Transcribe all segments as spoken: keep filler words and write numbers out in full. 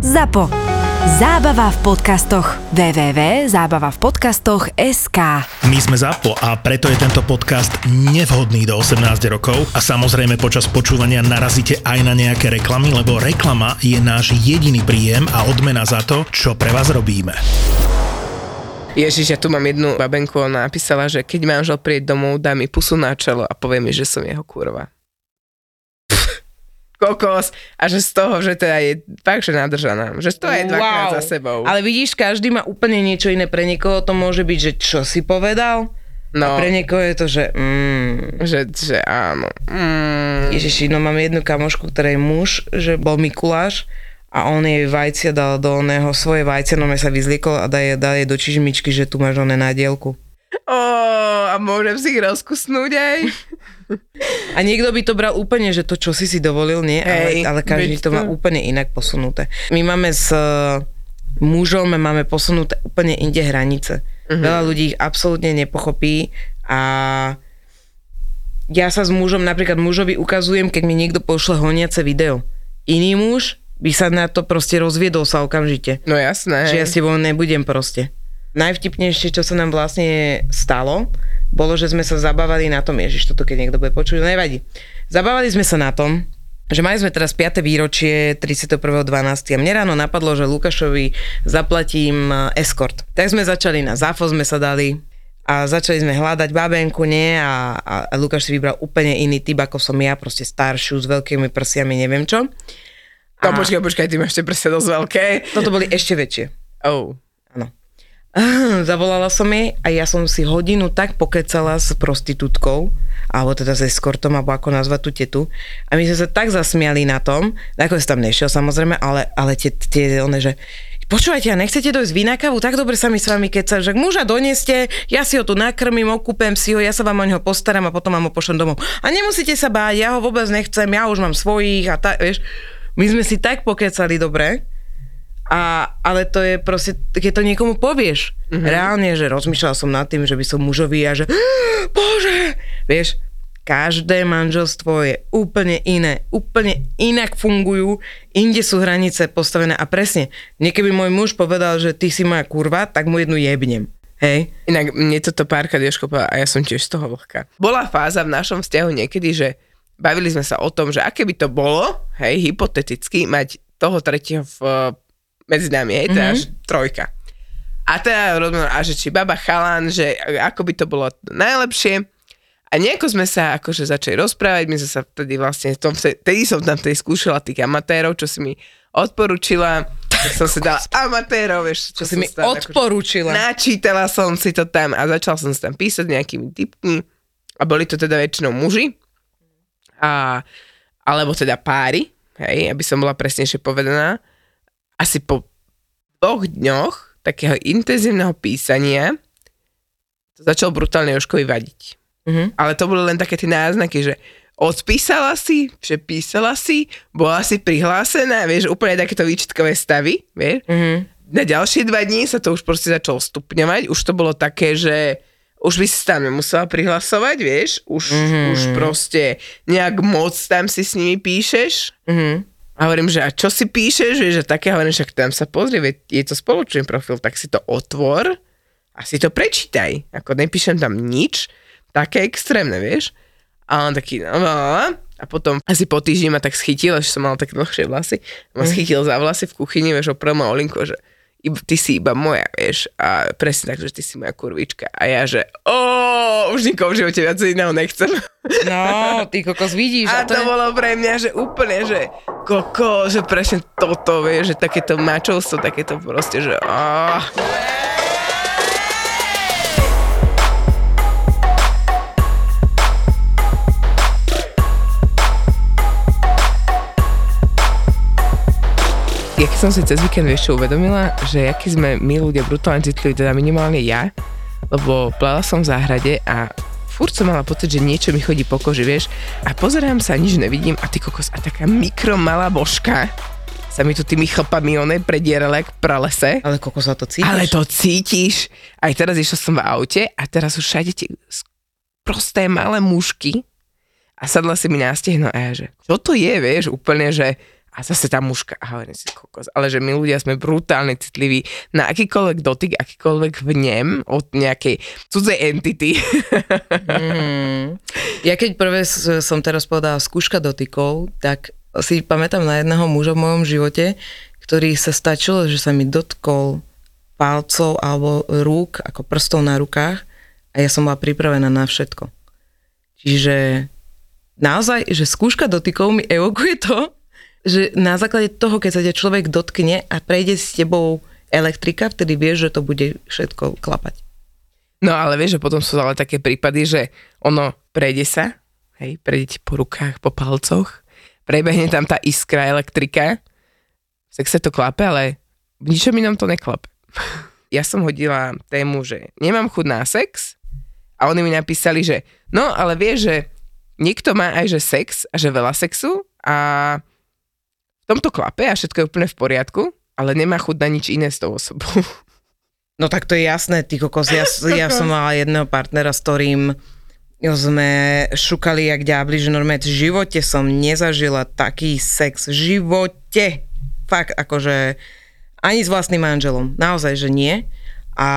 Zapo. Zábava v podcastoch. w w w bodka zábava v podcastoch bodka es ká. My sme Zapo a preto je tento podcast nevhodný do osemnásť rokov a samozrejme počas počúvania narazíte aj na nejaké reklamy, lebo reklama je náš jediný príjem a odmena za to, čo pre vás robíme. Ježiš, ja tu mám jednu babenku, ona napísala, že keď manžel príde domov, dá mi pusu na čelo a povie mi, že som jeho kurva. Kokos, a že z toho, že teda je fakt, že nadržaná, že to je dvakrát wow. za sebou. Ale vidíš, každý má úplne niečo iné. Pre niekoho to môže byť, že čo si povedal, no. A pre niekoho je to, že mm. že, že áno. Mm. Ježiši, no mám jednu kamošku, ktorej muž, že bol Mikuláš a on jej vajcia dal do oného svoje vajcia, no sa vyzliekol a dá, dá jej do čižmičky, že tu máš oné nádielku. Ó, a môžem si ich rozkusnúť aj. A niekto by to bral úplne, že to čo si si dovolil, nie? Hej, ale, ale každý to má úplne inak posunuté. My máme s mužom, máme posunuté úplne inde hranice. Uh-huh. Veľa ľudí ich absolútne nepochopí a ja sa s mužom, napríklad mužovi ukazujem, keď mi niekto pošle honiace video. Iný muž by sa na to proste rozviedol sa okamžite. No jasné. Že ja si vo nebudem proste. Najvtipnejšie, čo sa nám vlastne stalo, bolo, že sme sa zabávali na tom, ježiš, toto keď niekto bude počuť, nevadí. Zabávali sme sa na tom, že mali sme teraz piate výročie tridsiateho prvého decembra a mne ráno napadlo, že Lukášovi zaplatím escort. Tak sme začali na Zafo, sme sa dali a začali sme hľadať babenku, nie? A, a, a Lukáš si vybral úplne iný typ, ako som ja, proste staršiu, s veľkými prsiami, neviem čo. A... No počkaj, počkaj, ty máš tie prsia dosť veľké. Toto boli ešte väčšie. Oh. Áno. Zavolala som jej a ja som si hodinu tak pokecala s prostitútkou, alebo teda s eskortom, alebo ako nazvať tú tetu. A my sme sa tak zasmiali na tom, ako si tam nešiel samozrejme, ale, ale tie, tie one, že počúvajte, a nechcete dojsť vína kávu? Tak dobre sa mi s vami kecať, že muža doneste, ja si ho tu nakrmím, okúpem si ho, ja sa vám o neho postaram a potom vám ho pošlem domov. A nemusíte sa báť, ja ho vôbec nechcem, ja už mám svojich a tak, vieš. My sme si tak pokecali dobre. A, ale to je proste, keď to niekomu povieš, mm-hmm. reálne, že rozmýšľala som nad tým, že by som mužovi a že bože, vieš, každé manželstvo je úplne iné, úplne inak fungujú, inde sú hranice postavené a presne, niekedy môj muž povedal, že ty si moja kurva, tak mu jednu jebnem, hej. Inak mne toto párkrát Jožko povedal a ja som tiež z toho vlhká. Bola fáza v našom vzťahu niekedy, že bavili sme sa o tom, že aké by to bolo, hej, hypoteticky, mať toho tretieho v medzi nami, hej, teda mm-hmm. až trojka. A teda rozumiem, a že či baba chalan, že ako by to bolo najlepšie. A nejako sme sa akože začali rozprávať, my sme sa vtedy vlastne, tom, vtedy som tam vtedy skúšala tých amatérov, čo si mi odporúčila, tak som si dala amatérov, vieš, čo, čo si mi odporúčila. Akože, načítala som si to tam a začala som si tam písať nejakými tipmi a boli to teda väčšinou muži, a, alebo teda páry, hej, aby som bola presnejšie povedaná. Asi po dvoch dňoch takého intenzívneho písania to začalo brutálne Jožkovi vadiť. Mm-hmm. Ale to boli len také tie náznaky, že odpísala si, přepísala si, bola si prihlásená, vieš, úplne takéto výčitkové stavy, vieš. Mm-hmm. Na ďalšie dva dní sa to už proste začalo stupňovať, už to bolo také, že už by si tam nemusela prihlasovať, vieš, už, mm-hmm. už proste nejak moc tam si s nimi píšeš. Mhm. A hovorím, že a čo si píšeš, že také, hovorím, však tam sa pozrie, je to spoločný profil, tak si to otvor a si to prečítaj. Ako nepíšem tam nič, také extrémne, vieš. A on taký, no, a potom asi po týždni ma tak schytil, že som mal také dlhšie vlasy, ma schytil za vlasy v kuchyni, vieš, oprel ma Olinko, že ty si iba moja, vieš, a presne tak, že ty si moja kurvička. A ja, že ó, už nikoho v živote viac iného nechcem. No, ty kokos vidíš. A, a to, to je... bolo pre mňa, že úplne, že koko, že presne toto, vieš, že takéto mačovstvo, takéto proste, že áh. Ja keď som si cez víkend vieš čo uvedomila, že aký sme my ľudia brutálne citliví, teda minimálne ja, lebo plala som v záhrade a furt som mala pocit, že niečo mi chodí po koži, vieš, a pozerám sa, nič nevidím a ty kokos, a taká mikro malá božka sa mi tu tými chlpami onej predierala jak v pralese. Ale kokos, to cítiš? Ale to cítiš. Aj teraz išla som v aute a teraz už všade tie prosté malé mužky a sadla si mi na stehno a ja, že čo to je, vieš, úplne, že a zase tá mužka, a hovorím si kokos, ale že my ľudia sme brutálne citliví na akýkoľvek dotyk, akýkoľvek vnem od nejakej cudzej entity. Mm. Ja keď prvé som teraz povedala skúška dotykov, tak si pamätám na jedného muža v mojom živote, ktorý sa stačilo, že sa mi dotkol palcov alebo rúk, ako prstov na rukách a ja som bola pripravená na všetko. Čiže naozaj, že skúška dotykov mi evokuje to, že na základe toho, keď sa ťa človek dotkne a prejde s tebou elektrika, vtedy vieš, že to bude všetko klapať. No ale vieš, že potom sú ale také prípady, že ono prejde sa, hej, prejde ti po rukách, po palcoch, prebehne tam tá iskra elektrika, tak sa to klape, ale ničo mi nám to neklape. Ja som hodila tému, že nemám chuť na sex a oni mi napísali, že no, ale vieš, že niekto má aj že sex a že veľa sexu a v tomto klape a všetko je úplne v poriadku, ale nemá chuť na nič iné s tou osobou. No tak to je jasné, ty kokos. Ja, ja som mala jedného partnera, s ktorým sme šukali jak ďábli, že normálne v živote som nezažila taký sex. V živote. Fakt, akože ani s vlastným manželom. Naozaj, že nie. A,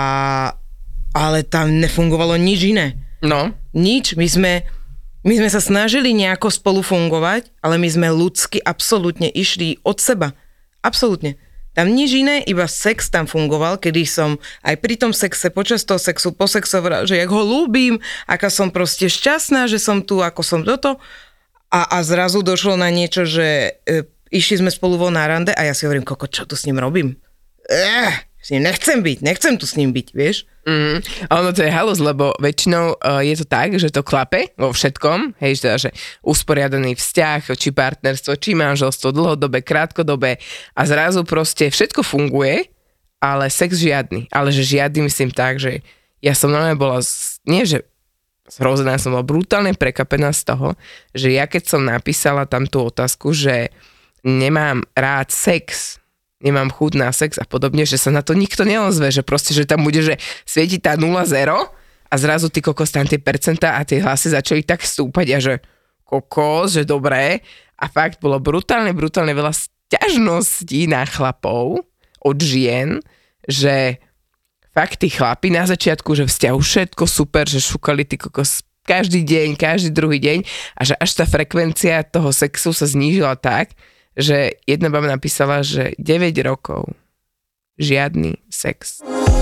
ale tam nefungovalo nič iné. No. Nič. My sme... My sme sa snažili nejako spolu fungovať, ale my sme ľudsky absolútne išli od seba. Absolútne. Tam nič iné, iba sex tam fungoval, kedy som aj pri tom sexe, počas toho sexu, po sexu, že jak ho ľúbim, aká som proste šťastná, že som tu, ako som toto. A, a zrazu došlo na niečo, že e, išli sme spolu von na rande a ja si hovorím, koko, čo tu s ním robím? Eh, s ním nechcem byť, nechcem tu s ním byť, vieš? Mm, a ono to je halus, lebo väčšinou uh, je to tak, že to klape vo všetkom, hej, že, teda, že usporiadaný vzťah, či partnerstvo, či manželstvo, dlhodobé, krátkodobé a zrazu proste všetko funguje, ale sex žiadny. Ale že žiadny myslím tak, že ja som normálne bola, z, nie že zhrozená, som bola brutálne prekapená z toho, že ja keď som napísala tam tú otázku, že nemám rád sex, nemám chuť na sex a podobne, že sa na to nikto neozve, že proste, že tam bude, že svieti tá nula zero a zrazu ty kokos tam tie percentá a tie hlasy začali tak stúpať a že kokos, že dobré a fakt bolo brutálne, brutálne veľa sťažností na chlapov od žien, že fakt tí chlapi na začiatku, že vzťahu všetko super, že šukali ty kokos každý deň, každý druhý deň a že až tá frekvencia toho sexu sa znížila tak, že jedna baba napísala, že deväť rokov žiadny sex.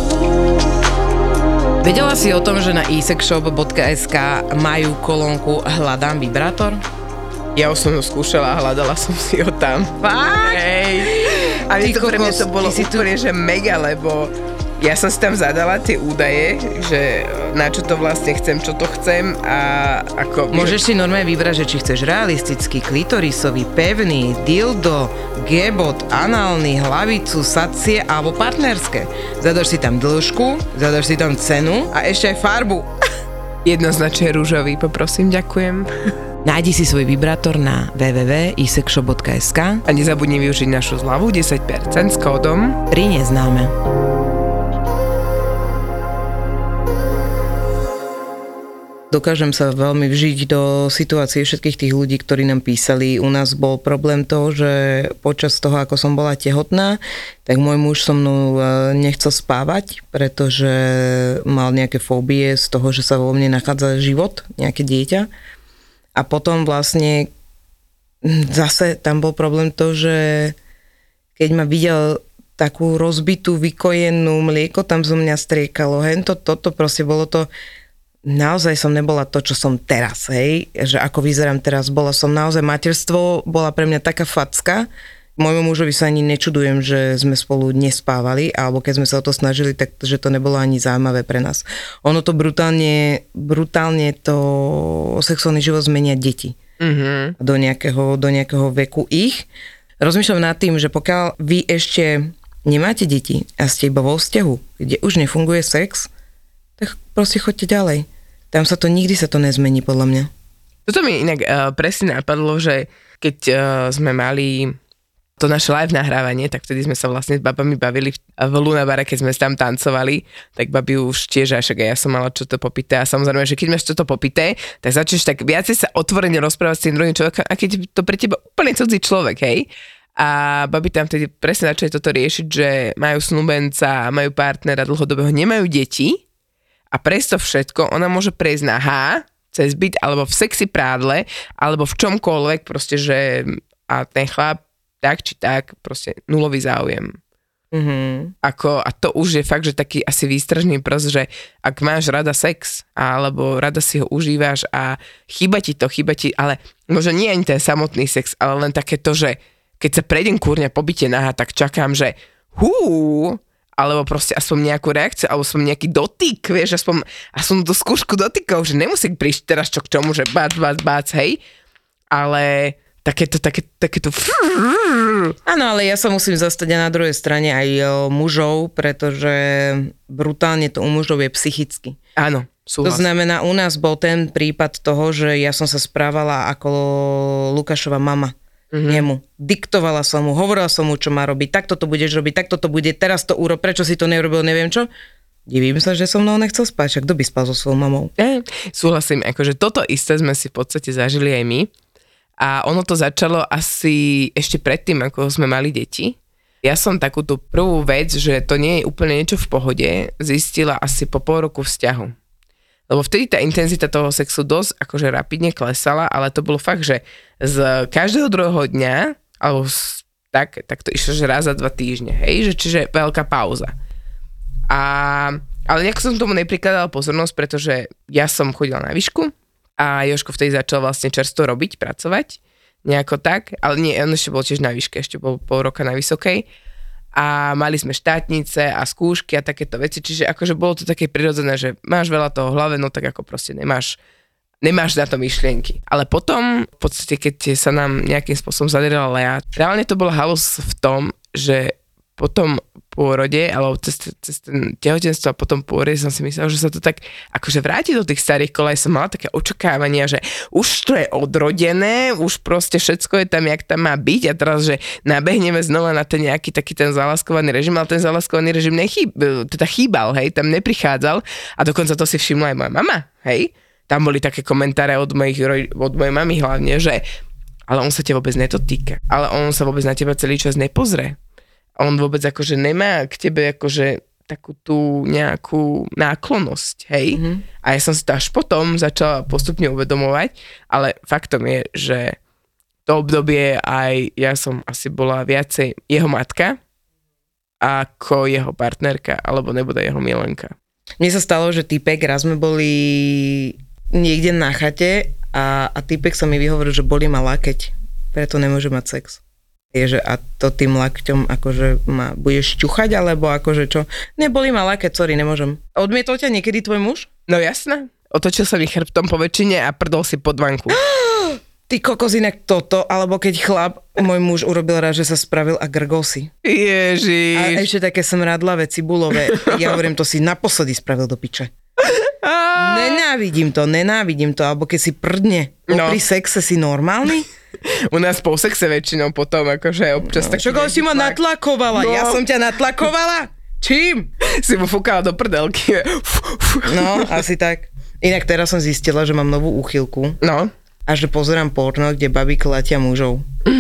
Vedela si o tom, že na e sex shop bodka es ká majú kolónku Hľadám vibrátor? Ja už som ho skúšala a hľadala som si ho tam. Fakt? Hej. A to pre mňa to bolo úplne, tu... že mega, lebo ja som si tam zadala tie údaje, že na čo to vlastne chcem, čo to chcem a ako... Môžeš si normálne vybrať, že či chceš realistický, klitorisový, pevný, dildo, G-bod, análny, hlavicu, sacie alebo partnerské. Zadaš si tam dĺžku, zadaš si tam cenu a ešte aj farbu. Jednoznačne rúžový, poprosím, ďakujem. Nájdi si svoj vibrátor na w w w bodka e sex shop bodka es ká a nezabudni využiť našu zľavu desať percent s kódom tri neznáme. Dokážem sa veľmi vžiť do situácie všetkých tých ľudí, ktorí nám písali. U nás bol problém toho, že počas toho, ako som bola tehotná, tak môj muž so mnou nechcel spávať, pretože mal nejaké fóbie z toho, že sa vo mne nachádza život, nejaké dieťa. A potom vlastne zase tam bol problém to, že keď ma videl takú rozbitú, vykojenú mlieko, tam zo mňa striekalo. Hento, toto proste bolo to... Naozaj som nebola to, čo som teraz, hej, že ako vyzerám teraz, bola som naozaj, materstvo bola pre mňa taká facka, môjmu mužovi sa ani nečudujem, že sme spolu nespávali, alebo keď sme sa o to snažili, tak že to nebolo ani zaujímavé pre nás. Ono to brutálne, brutálne to sexuálny život zmenia deti mm-hmm. do nejakého, do nejakého veku ich. Rozmýšľam nad tým, že pokiaľ vy ešte nemáte deti a ste iba vo vzťahu, kde už nefunguje sex, tak proste choďte ďalej. Tam sa to, nikdy sa to nezmení, podľa mňa. Toto mi inak uh, presne napadlo, že keď uh, sme mali to naše live nahrávanie, tak vtedy sme sa vlastne s babami bavili v, v Lunabare, keď sme tam tancovali, tak babi už tiež, až ja som mala čo to popité a samozrejme, že keď máš čo to popité, tak začneš tak viacej sa otvorene rozprávať s tým druhým človekom a keď to pre teba úplne cudzí človek, hej. A babi tam vtedy presne začali toto riešiť, že majú snúbenca, majú partnera dlhodobého, nemajú deti a presto všetko ona môže prejsť na H, cez byt, alebo v sexy prádle, alebo v čomkoľvek, proste, že a ten chlap tak či tak, proste nulový záujem. Mm-hmm. Ako, a to už je fakt, že taký asi výstražný prst, že ak máš rada sex, alebo rada si ho užívaš a chýba ti to, chýba ti, ale možno nie ani ten samotný sex, ale len také to, že keď sa prejdem kurňa po byte naha, tak čakám, že hú, alebo proste aspoň nejakú reakciu, alebo aspoň nejaký dotyk, vieš, aspoň, aspoň do skúšku dotykov, že nemusí prísť teraz čo k čomu, že bác, bác, bác, hej, ale takéto, také, takéto... Áno, ale ja sa musím zastať aj na druhej strane aj o mužov, pretože brutálne to u mužov je psychicky. Áno, súhlas. To znamená, u nás bol ten prípad toho, že ja som sa správala ako Lukášova mama. Mm-hmm. Nemu. Diktovala som mu, hovorila som mu, čo má robiť, takto to budeš robiť, takto to bude, teraz to urob, prečo si to neurobil, neviem čo. Divím sa, že so mnou nechcel spať, a kto by spal so svojou mamou? E, súhlasím, akože toto isté sme si v podstate zažili aj my. A ono to začalo asi ešte predtým, ako sme mali deti. Ja som takú tú prvú vec, že to nie je úplne niečo v pohode, zistila asi po pol roku vzťahu. Lebo vtedy tá intenzita toho sexu dosť akože rapidne klesala, ale to bolo fakt, že z každého druhého dňa, alebo z, tak, tak to išlo, že raz za dva týždne, hej, že čiže veľká pauza. A, ale nejak som tomu neprikladala pozornosť, pretože ja som chodila na výšku, a Jožko vtedy začal vlastne čerstvo robiť, pracovať, nejako tak, ale nie, on ešte bol tiež na výške, ešte bol pol roka na vysokej a mali sme štátnice a skúšky a takéto veci, čiže akože bolo to také prirodzené, že máš veľa toho v hlave, no tak ako proste nemáš, nemáš na to myšlienky. Ale potom, v podstate, keď sa nám nejakým spôsobom zadarila Lea, reálne to bol halus v tom, že potom pôrode, alebo cez, cez ten tehotenstvo a potom pôrode som si myslel, že sa to tak akože vráti do tých starých kolej. Som mala také očakávania, že už to je odrodené, už proste všetko je tam, jak tam má byť a teraz, že nabehneme znova na ten nejaký taký ten zálaskovaný režim, ale ten zálaskovaný režim nechýb, teda chýbal, hej, tam neprichádzal a dokonca to si všimla aj moja mama, hej. Tam boli také komentáre od, mojich, od mojej mamy hlavne, že ale on sa ťa vôbec netotýka, ale on sa vôbec na teba celý čas nepozrie. On vôbec akože nemá k tebe akože takú tú nejakú náklonnosť, hej? Mm-hmm. A ja som si to až potom začala postupne uvedomovať, ale faktom je, že to obdobie aj ja som asi bola viacej jeho matka ako jeho partnerka, alebo nebude jeho milenka. Mne sa stalo, že týpek, raz sme boli niekde na chate a, a týpek sa mi vyhovoril, že bolí ma lakeť, preto nemôže mať sex. Je, že a to tým lakťom akože ma budeš ťuchať, alebo akože čo? Nebolí ma lakeť, sorry, nemôžem. Odmietol ťa niekedy tvoj muž? No jasné. Otočil sa mi chrbtom po väčšine a prdol si pod vanku. Ty kokos, inak toto, alebo keď chlap, môj muž urobil raz, že sa spravil a grgol si. Ježiš. A ešte také smradlavé, cibulové. Ja hovorím, to si naposledy spravil do piče. Nenávidím to, nenávidím to, alebo keď si prdne. No. Pri sexe si normálny? U nás po sexe väčšinou potom, akože občas no, taký... Čokoľ si ma natlakovala, no. Ja som ťa natlakovala? Čím? Si mu fúkala do prdelky. No, asi tak. Inak teraz som zistila, že mám novú úchylku. No. A že pozerám porno, kde baby klatia mužov.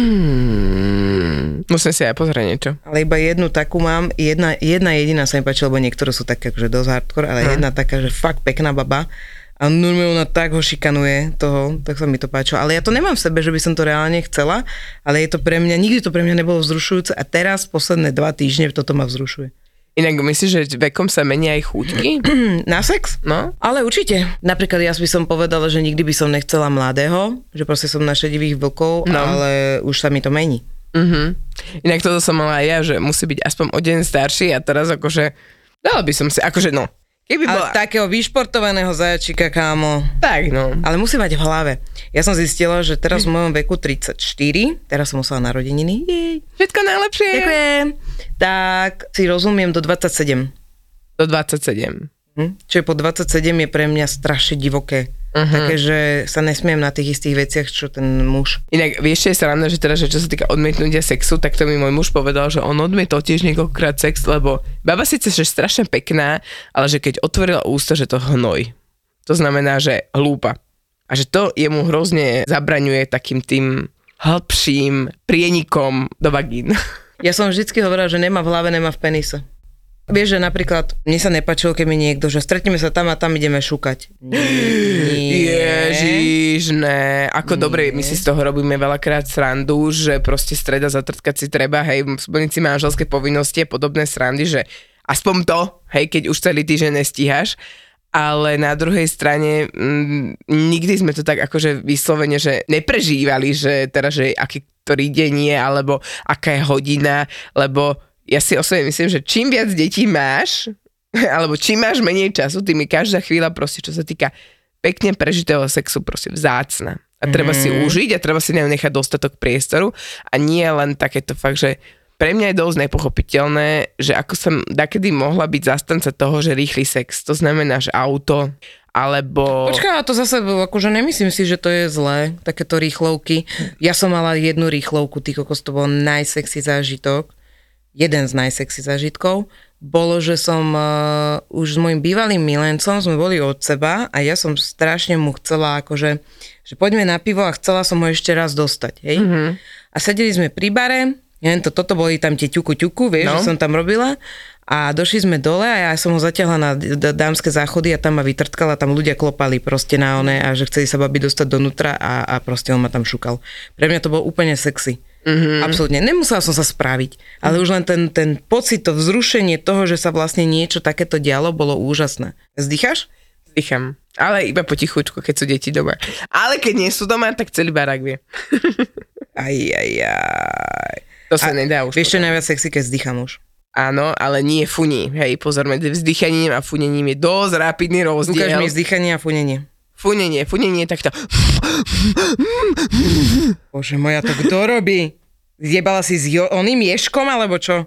Mm, musím si aj pozrieť niečo. Ale iba jednu takú mám, jedna, jedna jediná sa mi páčila, lebo niektoré sú také akože dosť hardcore, ale no. Jedna taká, že fakt pekná baba. A normálne ona tak ho šikanuje toho, tak sa mi to páčilo. Ale ja to nemám v sebe, že by som to reálne chcela, ale je to pre mňa, nikdy to pre mňa nebolo vzrušujúce a teraz posledné dva týždne toto ma vzrušuje. Inak myslíš, že vekom sa menia aj chúťky? Na sex? No. Ale určite. Napríklad ja by som povedala, že nikdy by som nechcela mladého, že proste som na šedivých vlkov, no. Ale už sa mi to mení. Uh-huh. Inak toto som mala aj ja, že musí byť aspoň o deň starší a teraz akože, dala by som si, akože no. Keby bola... Ale takého vyšportovaného zajačika, kámo. Tak, no. Ale musí mať v hlave. Ja som zistila, že teraz v mojom veku tridsaťštyri, teraz som musela narodeniny. Jej. Všetko najlepšie. Ďakujem. Tak si rozumiem do dvadsaťsedem. Do dvadsaťsedem. Hm? Čiže po dvadsaťsedem je pre mňa strašne divoké. Uh-huh. Také, že sa nesmiem na tých istých veciach, čo ten muž. Inak vieš, čo je sranda, že teda, že čo sa týka odmietnutia sexu, tak to mi môj muž povedal, že on odmietol tiež niekoľkokrát sex, lebo baba síce že strašne pekná, ale že keď otvorila ústa, že to hnoj. To znamená, že hlúpa. A že to jemu hrozne zabraňuje takým tým hlbším prienikom do vagín. Ja som vždycky hovorila, že nemá v hlave, nemá v penise. Vieš, že napríklad mne sa nepáčilo, keď mi niekto, že stretneme sa tam a tam ideme šukať. Nie. Ježiš, ne. Ako nie. Dobre, my si z toho robíme veľakrát srandu, že proste streda zatrtkať si treba, hej, splniť si manželské povinnosti a podobné srandy, že aspoň to, hej, keď už celý týždeň nestíhaš. Ale na druhej strane m, nikdy sme to tak akože vyslovene, že neprežívali, že teraz, že aký ktorý deň je, alebo aká je hodina, lebo ja si osobne myslím, že čím viac detí máš, alebo čím máš menej času, tým je každá chvíľa proste, čo sa týka pekne prežitého sexu, proste vzácna. A treba mm. si užiť a treba si nechať dostatok priestoru a nie len takéto fakt, že pre mňa je dosť nepochopiteľné, že ako som dakedy mohla byť zastanca toho, že rýchly sex, to znamená, že auto, alebo... Počkaj, ale to zase, akože nemyslím si, že to je zlé, takéto rýchlovky. Ja som mala jednu rýchlovku, ty kokos, to bol najsexy zážitok, jeden z najsexy zážitkov, bolo, že som uh, už s mojim bývalým milencom, sme boli od seba a ja som strašne mu chcela, akože, že poďme na pivo a chcela som ho ešte raz dostať, hej? Mm-hmm. A sedeli sme pri bare, neviem, to, toto boli tam tie ťuku ťuku, vieš, no. Že som tam robila a došli sme dole a ja som ho zatiahla na d- d- dámske záchody a tam ma vytrtkala, tam ľudia klopali proste na one a že chceli sa babi dostať donútra a, a proste on ma tam šukal. Pre mňa to bolo úplne sexy. Mm-hmm. Absolútne. Nemusela som sa spraviť, ale už len ten, ten pocit, to vzrušenie toho, že sa vlastne niečo takéto dialo, bolo úžasné. Zdycháš? Zdychám. Ale iba potichučku, keď sú deti doma. Ale keď nie sú doma, tak celý barák vie. Aj, aj, aj. To sa a nedá už. Vieš, čo najviac sexy, keď zdychám už? Áno, ale nie funí. Hej, pozor, medzi vzdychaním a funením je dosť rapidný rozdiel. Ukáž mi vzdychanie a funenie. Funenie, funenie takto. Bože moja, to kto robí? Zjebala si s jo- oným ješkom, alebo čo?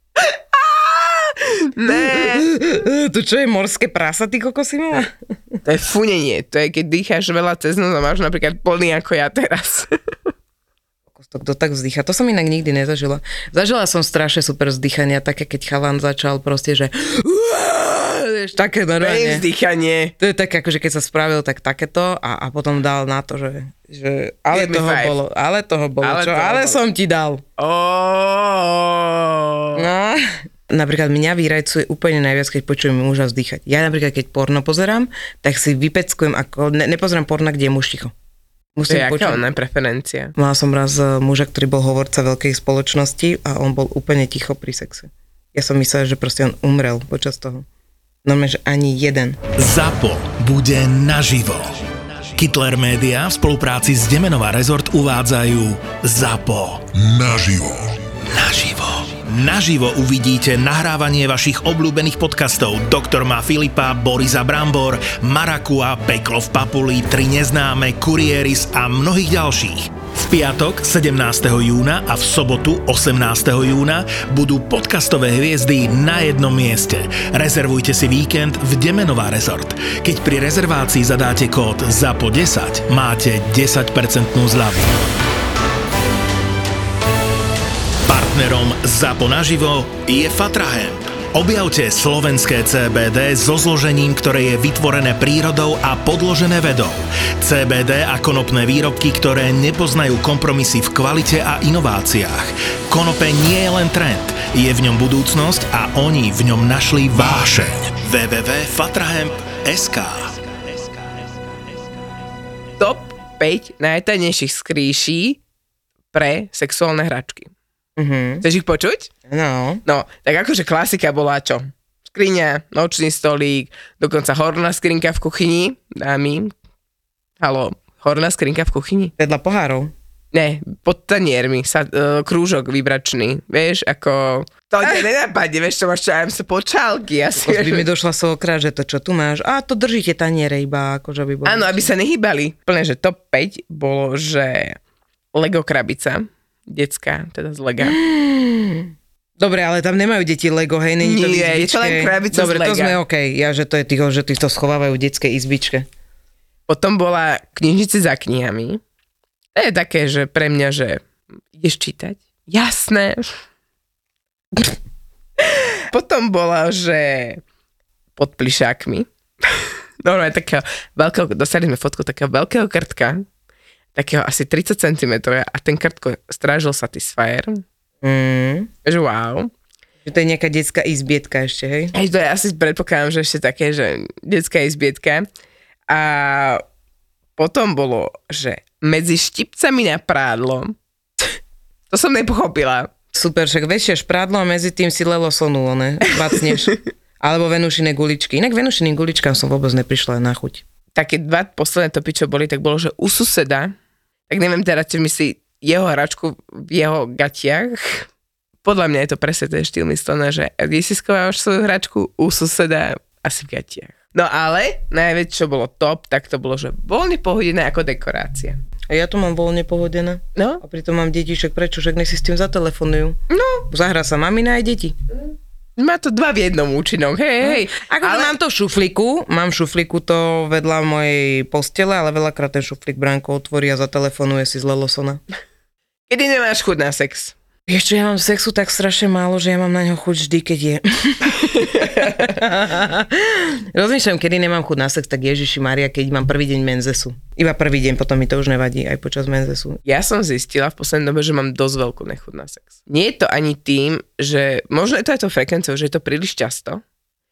Ne. To čo je morské prasa, ty kokosi mala? To je funenie, to je keď dýcháš veľa cez noc a máš napríklad plný ako ja teraz. Kto tak vzdycha, to som inak nikdy nezažila. Zažila som strašne super vzdychania, také keď chalan začal proste, že také normálne. Vzdychanie. To je také, akože keď sa spravil, tak takéto a, a potom dal na to, že, že ale, toho bolo, ale toho bolo, ale čo? Toho ale bolo. Som ti dal. Oh. No. Napríklad mňa vyrajcuje úplne najviac, keď počujem muža vzdychať. Ja napríklad, keď porno pozerám, tak si vypeckujem, ako ne, nepozerám porno, kde je muž ticho. Musím to je aká ona preferencia? Mala som raz muža, ktorý bol hovorca veľkej spoločnosti a on bol úplne ticho pri sexe. Ja som myslela, že proste on umrel počas toho. Normálne, že ani jeden. ZAPO bude naživo. Kittler Media v spolupráci s Demenová Resort uvádzajú ZAPO naživo. Naživo. Naživo uvidíte nahrávanie vašich obľúbených podcastov Doktor má Filipa, Borisa Brambor, Marakua, Peklo v Papuli, Tri neznáme, Kurieris a mnohých ďalších. V piatok sedemnásteho júna a v sobotu osemnásteho júna budú podcastové hviezdy na jednom mieste. Rezervujte si víkend v Demenová Resort. Keď pri rezervácii zadáte kód ZAPO desať, máte desať percent zľavu. Partnerom ZAPO naživo je Fatrahemp. Objavte slovenské cé bé dé so zložením, ktoré je vytvorené prírodou a podložené vedou. cé bé dé a konopné výrobky, ktoré nepoznajú kompromisy v kvalite a inováciách. Konope nie je len trend, je v ňom budúcnosť a oni v ňom našli vášeň. w w w bodka fatrahemp bodka es ká Top päť najtajnejších skrýší pre sexuálne hračky. Uh-huh. Chceš ich počuť? No. No, tak akože klasika bola čo? Skriňa, nočný stolík, dokonca horná skrinka v kuchyni. Dámy, haló, horná skrinka v kuchyni? Vedľa pohárov. Ne, pod taniermi, sa, uh, krúžok vybračný, vieš, ako... To ťa nenapadne, vieš, čo máš, čo aj sa počálky. Asi, by mi došla sokra, že to, čo tu máš, a to držíte taniere iba, akože by bolo... Áno, aby sa nehýbali. Plne, že top päť bolo, že Lego krabica, decká, teda z Lega. Dobre, ale tam nemajú deti Lego, hej, není to v izbičke. Nie, je to len krabica Dobre, z Lega. to sme okej, okay. Ja, že to je tých, že tí to schovávajú v detskej izbičke. Potom bola knižnice za knihami. To je také, že pre mňa, že ideš čítať? Jasné. Potom bola, že pod plišákmi. Normálne takého veľkého, dostali sme fotku takého veľkého krtka, takého asi tridsať centimetrov a ten krtko strážil Satisfyer. Mm. Že wow. Že to je nejaká detská izbietka ešte, hej? Hej, to je asi predpokladám, že ešte také, že detská izbietka. A potom bolo, že medzi štipcami na prádlo, to som nepochopila. Super, však vešiaš prádlo a medzi tým si lelosonu, one, vacneš. Alebo venušine guličky. Inak venušiným guličkám som vôbec neprišla na chuť. Také dva posledné topy, čo boli, tak bolo, že u suseda, tak neviem teda, či myslí jeho hračku v jeho gatiach. Podľa mňa je to presne ten štýl myslené, že kde si schovávaš svoju hračku u suseda asi v gatiach. No ale najviac, čo bolo top, tak to bolo, že voľne pohodené ako dekorácia. A ja tu mám voľne pohodené. No. A pritom mám detiček, prečo? Však nech si s tým zatelefonujú. No. Zahrá sa mamina aj deti. Má to dva v jednom účinok, hej, hej. Ako ale... mám to v šuflíku, mám v šuflíku to vedľa mojej postele, ale veľakrát ten šuflík Branko otvorí a zatelefonuje si z Lelosona. Kedy nemáš chuť na sex? Vieš čo, ja mám sexu tak strašne málo, že ja mám na ňo chuť vždy, keď je. Rozmýšľam, kedy nemám chuť na sex, tak Ježiši Mária, keď mám prvý deň menzesu. Iba prvý deň, potom mi to už nevadí, aj počas menzesu. Ja som zistila v poslednej dobe, že mám dosť veľkú nechuť na sex. Nie je to ani tým, že možno je to aj to frekvenciou, že je to príliš často.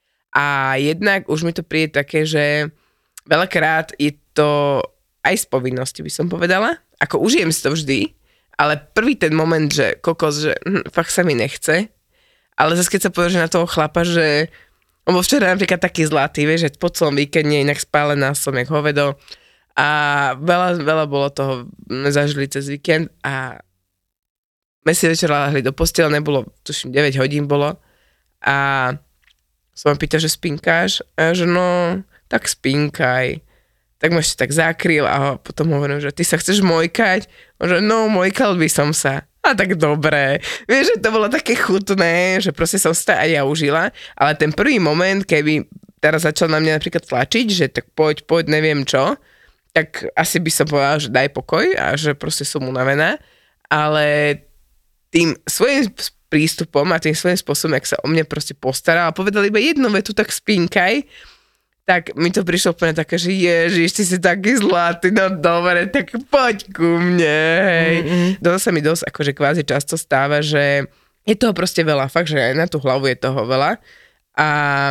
A jednak už mi to príde také, že veľakrát je to aj z povinnosti, by som povedala. Ako užijem si to vždy, ale prvý ten moment, že kokos, že hm, fakt sa mi nechce, ale zase keď sa povedal, že na toho chlapa, že on bol včera napríklad taký zlatý, vieš, že po celom víkende inak spálená som jak hovedo a veľa, veľa bolo toho zažili cez víkend a my si večer lahli do postele, nebolo, tuším, deväť hodín bolo a som ma pýtal, že spinkáš a ja, že no, tak spinkaj. Tak ma ešte tak zakryl a potom hovorím, že ty sa chceš mojkať? A že no, mojkal by som sa. A tak dobre. Vieš, že to bolo také chutné, že proste som sa aj ja užila, ale ten prvý moment, keby teraz začal na mňa napríklad tlačiť, že tak poď, poď, neviem čo, tak asi by som povedala, že daj pokoj a že proste som unavená, ale tým svojím prístupom a tým svojím spôsobom, jak sa o mňa proste postaral a povedal iba jednu vetu, tak spinkaj, tak mi to prišlo úplne také, že ježiš, ty si taký zlatý, no dobre, tak poď ku mne, hej. Mm-hmm. Toto sa mi dosť akože kvázi často stáva, že je toho proste veľa, fakt, že aj na tú hlavu je toho veľa a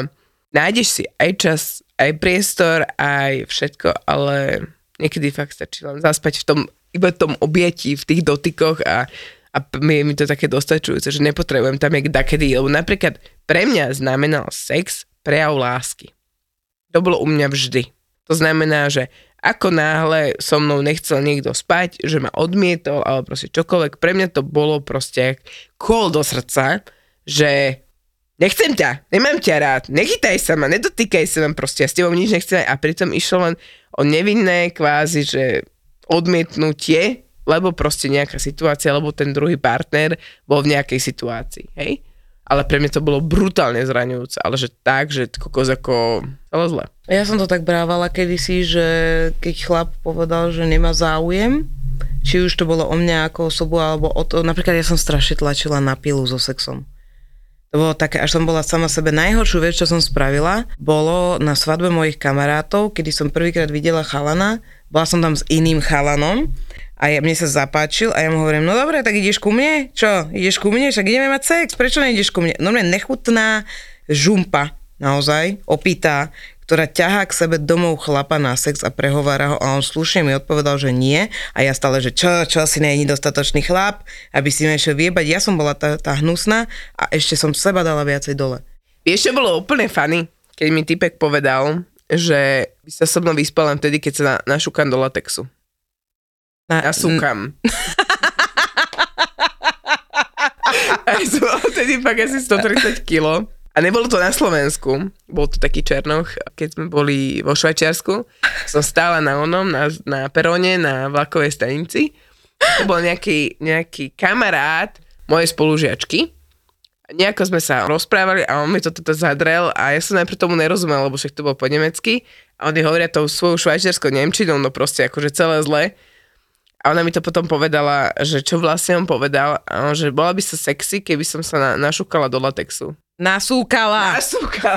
nájdeš si aj čas, aj priestor, aj všetko, ale niekedy fakt stačí len zaspať v tom, iba v tom objatí, v tých dotykoch a, a mi, mi to také dostačujúce, že nepotrebujem tam jak dakedy, lebo napríklad pre mňa znamenal sex prejav lásky. To bolo u mňa vždy. To znamená, že ako náhle so mnou nechcel niekto spať, že ma odmietol, ale proste čokoľvek, pre mňa to bolo proste kôl do srdca, že nechcem ťa, nemám ťa rád, nechytaj sa ma, nedotýkaj sa ma, proste ja s tebou nič nechcem a pritom išlo len o nevinné kvázi, že odmietnutie, lebo proste nejaká situácia, lebo ten druhý partner bol v nejakej situácii, hej? Ale pre mňa to bolo brutálne zraňujúce, ale že tak, že kokos ako celé zle. Ja som to tak brávala kedysi, že keď chlap povedal, že nemá záujem, či už to bolo o mňa ako osobu, alebo o to, napríklad ja som strašne tlačila na pilu so sexom. To bolo také, až som bola sama sebe. Najhoršiu vec, čo som spravila, bolo na svadbe mojich kamarátov, kedy som prvýkrát videla chalana, bola som tam s iným chalanom, a ja, mne sa zapáčil a ja mu hovorím, no dobre, tak ideš ku mne? Čo? Ideš ku mne? Však ideme mať sex, prečo nejdeš ku mne? Normálne nechutná žumpa, naozaj, opýta, ktorá ťahá k sebe domov chlapa na sex a prehovára ho a on slušne mi odpovedal, že nie a ja stále, že čo, čo si není dostatočný chlap, aby si mi išiel vyjebať. Ja som bola tá, tá hnusná a ešte som seba dala viacej dole. Vieš, čo bolo úplne funny, keď mi typek povedal, že by sa so mnou vyspal len vtedy, keď sa na, našúkam do latexu. Na, Nasúkam. A ja som mal vtedy fakt asi stotridsať kilogramov. A nebolo to na Slovensku, bol to taký Černoch, keď sme boli vo Švajčiarsku. Som stála na onom, na, na peróne, na vlakovej stanici. To bol nejaký, nejaký kamarát mojej spolužiačky. nejako sme sa rozprávali a on mi to toto zadrel a ja som najprv tomu nerozumel, lebo však to bolo po nemecky a oni hovoria tou svojou švajčiarskou nemčinou, no proste akože celé zle. A ona mi to potom povedala, že čo vlastne on povedal, a on, že bola by sa sexy, keby som sa na, našúkala do latexu. Nasúkala. Nasúkala.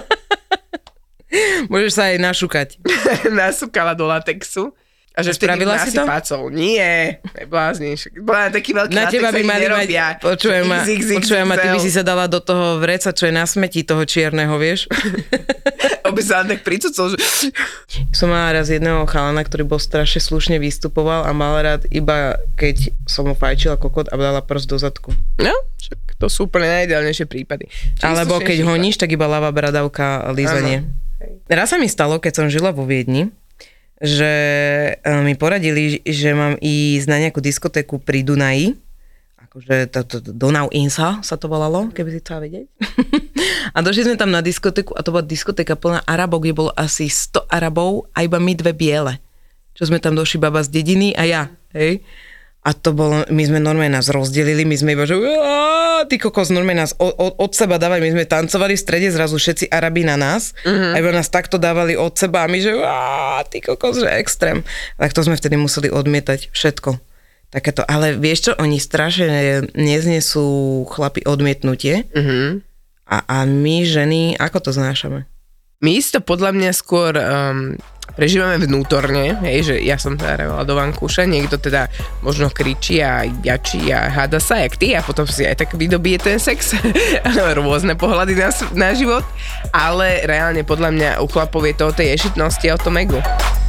Môžeš sa aj našúkať. Nasúkala do latexu. A že vtedy spravila si to? Pácol. Nie, neblázni. Bola taký veľký na latex, teba by mali nerobia. mať, počujem ma, počujem ma, ty by si sa dala do toho vreca, čo je na smeti toho čierneho, vieš? Oby sa tak pricucol, že... Som mala raz jedného chalana, ktorý bol strašne slušne vystupoval a mal rád iba, keď som mu fajčila kokot a dala prst do zadku. No, však to sú úplne najideálnejšie prípady. Čiže alebo keď honíš, tak iba ľavá bradavka a lízanie. Raz sa mi stalo, keď som žila vo Viedni, že mi poradili, že mám ísť na nejakú diskotéku pri Dunaji, akože Donau Insa sa to volalo, keby si chcela vedieť. A došli sme tam na diskotéku a to bola diskotéka plná Arabov, kde bolo asi sto Arabov a iba my dve biele. Čo sme tam došli, baba z dediny a ja, hej. A to bolo, my sme normálne nás rozdelili, my sme iba, že ty kokos, normálne nás od, od, od seba dávali, my sme tancovali v strede, zrazu všetci Arabi na nás, uh-huh. a iba nás takto dávali od seba a my, že ty kokos, že extrém. Tak to sme vtedy museli odmietať všetko. Takéto, ale vieš čo, oni strašne neznesú chlapi odmietnutie, uh-huh. a, a my ženy, ako to znášame? My to podľa mňa skôr um, prežívame vnútorne, hej, že ja som teda revala do vankúša, niekto teda možno kričí a jačí a háda sa, jak ty, a potom si aj tak vydobije ten sex, rôzne pohľady na, na život, ale reálne podľa mňa u chlapov je to o tej ješitnosti a o tom egu.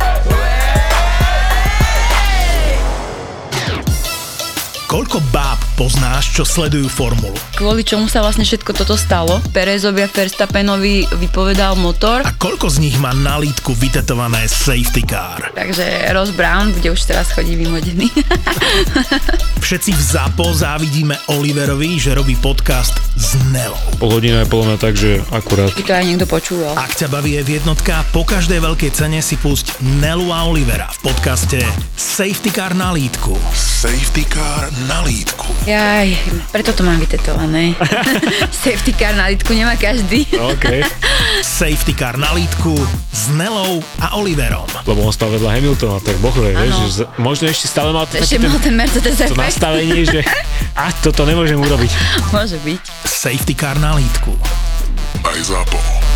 Koľko báb poznáš, čo sledujú formulu? Kvôli čomu sa vlastne všetko toto stalo? Perezovi a Verstappenovi vypovedal motor. A koľko z nich má na lítku vytetované safety car? Takže Ross Brown bude už teraz chodí vymodený. Všetci v ZAPO závidíme Oliverovi, že robí podcast s Nelou. Pol hodina je podľa mňa tak, že akurát. By to aj niekto počúval. Ak ťa baví je jednotka, po každej veľkej cene si pusť Nelu a Olivera v podcaste Safety Car na lítku. Safety Car na lítku. Jaj, preto to mám vytetované. Safety car na lítku nemá každý. OK. Safety Car na lítku s Nelou a Oliverom. Lebo on stal vedľa Hamiltona, tak bohvie, vieš, že možno ešte stále mal ešte mal ten Mercedes to nastavenie, že a toto nemôžem urobiť. Môže byť. Safety Car na lítku. Aj ZAPO.